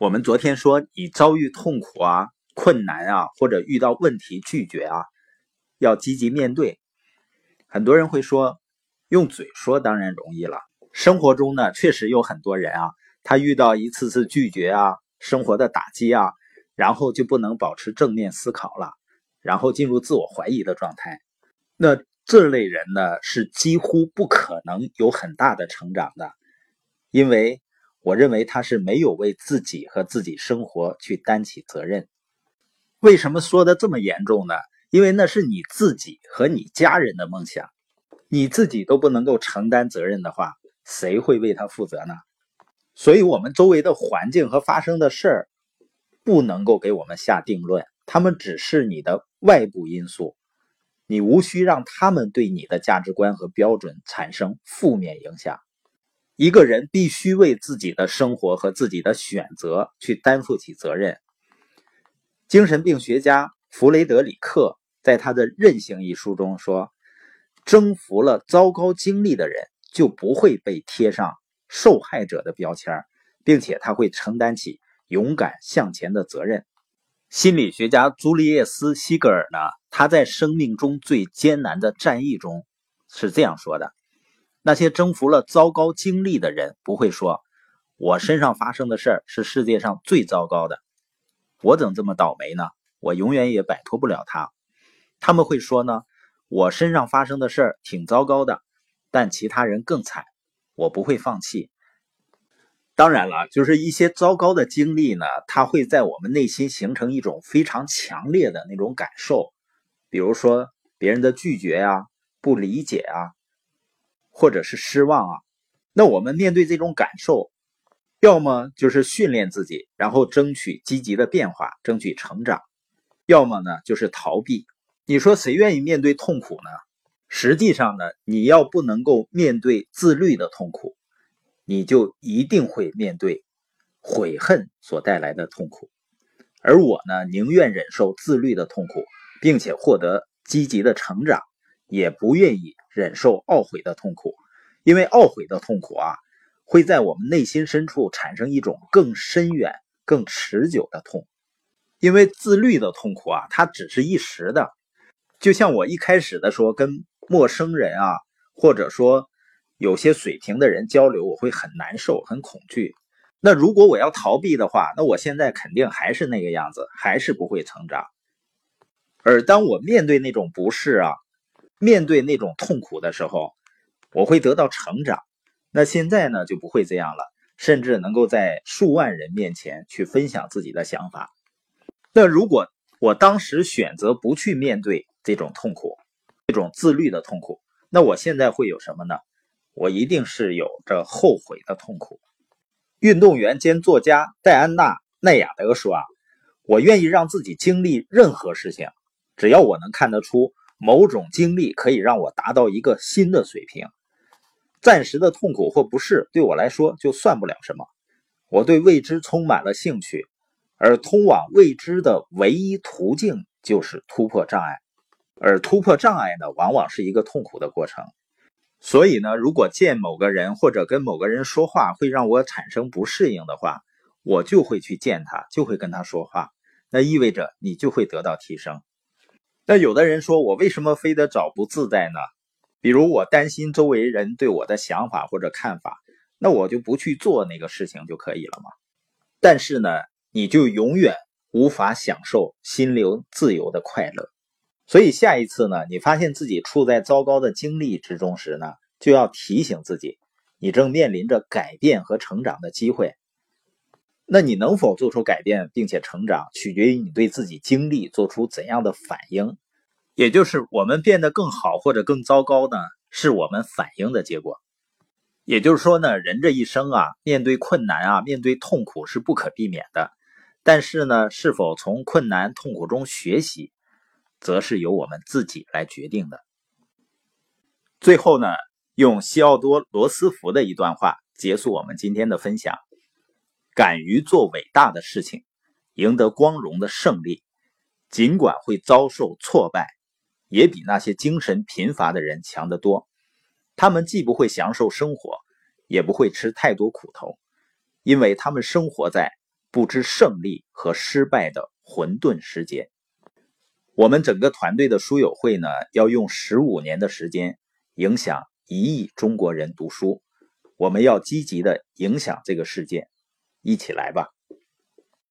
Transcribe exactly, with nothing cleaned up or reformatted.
我们昨天说，你遭遇痛苦啊、困难啊，或者遇到问题拒绝啊，要积极面对。很多人会说，用嘴说当然容易了。生活中呢，确实有很多人啊，他遇到一次次拒绝啊、生活的打击啊，然后就不能保持正面思考了，然后进入自我怀疑的状态。那这类人呢，是几乎不可能有很大的成长的，因为我认为他是没有为自己和自己生活去担起责任。为什么说的这么严重呢？因为那是你自己和你家人的梦想，你自己都不能够承担责任的话，谁会为他负责呢？所以我们周围的环境和发生的事儿不能够给我们下定论，他们只是你的外部因素，你无需让他们对你的价值观和标准产生负面影响。一个人必须为自己的生活和自己的选择去担负起责任。精神病学家弗雷德里克在他的《韧性》一书中说，征服了糟糕经历的人就不会被贴上受害者的标签，并且他会承担起勇敢向前的责任。心理学家朱利叶斯·西格尔呢，他在《生命中最艰难的战役》中是这样说的，那些征服了糟糕经历的人不会说，我身上发生的事儿是世界上最糟糕的，我怎么这么倒霉呢？我永远也摆脱不了它。他们会说呢，我身上发生的事儿挺糟糕的，但其他人更惨，我不会放弃。当然了，就是一些糟糕的经历呢，它会在我们内心形成一种非常强烈的那种感受，比如说别人的拒绝啊、不理解啊，或者是失望啊。那我们面对这种感受，要么就是训练自己，然后争取积极的变化，争取成长，要么呢就是逃避。你说谁愿意面对痛苦呢？实际上呢，你要不能够面对自律的痛苦，你就一定会面对悔恨所带来的痛苦。而我呢，宁愿忍受自律的痛苦，并且获得积极的成长，也不愿意忍受懊悔的痛苦。因为懊悔的痛苦啊，会在我们内心深处产生一种更深远、更持久的痛。因为自律的痛苦啊，它只是一时的。就像我一开始的说，跟陌生人啊，或者说有些水平的人交流，我会很难受、很恐惧。那如果我要逃避的话，那我现在肯定还是那个样子，还是不会成长。而当我面对那种不适啊，面对那种痛苦的时候，我会得到成长。那现在呢，就不会这样了，甚至能够在数万人面前去分享自己的想法。那如果我当时选择不去面对这种痛苦，这种自律的痛苦，那我现在会有什么呢？我一定是有着后悔的痛苦。运动员兼作家戴安娜·奈亚德说啊，我愿意让自己经历任何事情，只要我能看得出某种经历可以让我达到一个新的水平。暂时的痛苦或不适对我来说就算不了什么。我对未知充满了兴趣，而通往未知的唯一途径就是突破障碍，而突破障碍呢，往往是一个痛苦的过程。所以呢，如果见某个人或者跟某个人说话会让我产生不适应的话，我就会去见他，就会跟他说话，那意味着你就会得到提升。那有的人说，我为什么非得找不自在呢？比如我担心周围人对我的想法或者看法，那我就不去做那个事情就可以了嘛。但是呢，你就永远无法享受心灵自由的快乐。所以下一次呢，你发现自己处在糟糕的经历之中时呢，就要提醒自己，你正面临着改变和成长的机会。那你能否做出改变并且成长，取决于你对自己经历做出怎样的反应。也就是我们变得更好或者更糟糕呢，是我们反应的结果。也就是说呢，人这一生啊，面对困难啊，面对痛苦是不可避免的。但是呢，是否从困难痛苦中学习，则是由我们自己来决定的。最后呢，用西奥多·罗斯福的一段话结束我们今天的分享：敢于做伟大的事情，赢得光荣的胜利，尽管会遭受挫败，也比那些精神贫乏的人强得多。他们既不会享受生活，也不会吃太多苦头，因为他们生活在不知胜利和失败的混沌世界。我们整个团队的书友会呢，要用十五年的时间影响一亿中国人读书，我们要积极的影响这个世界，一起来吧。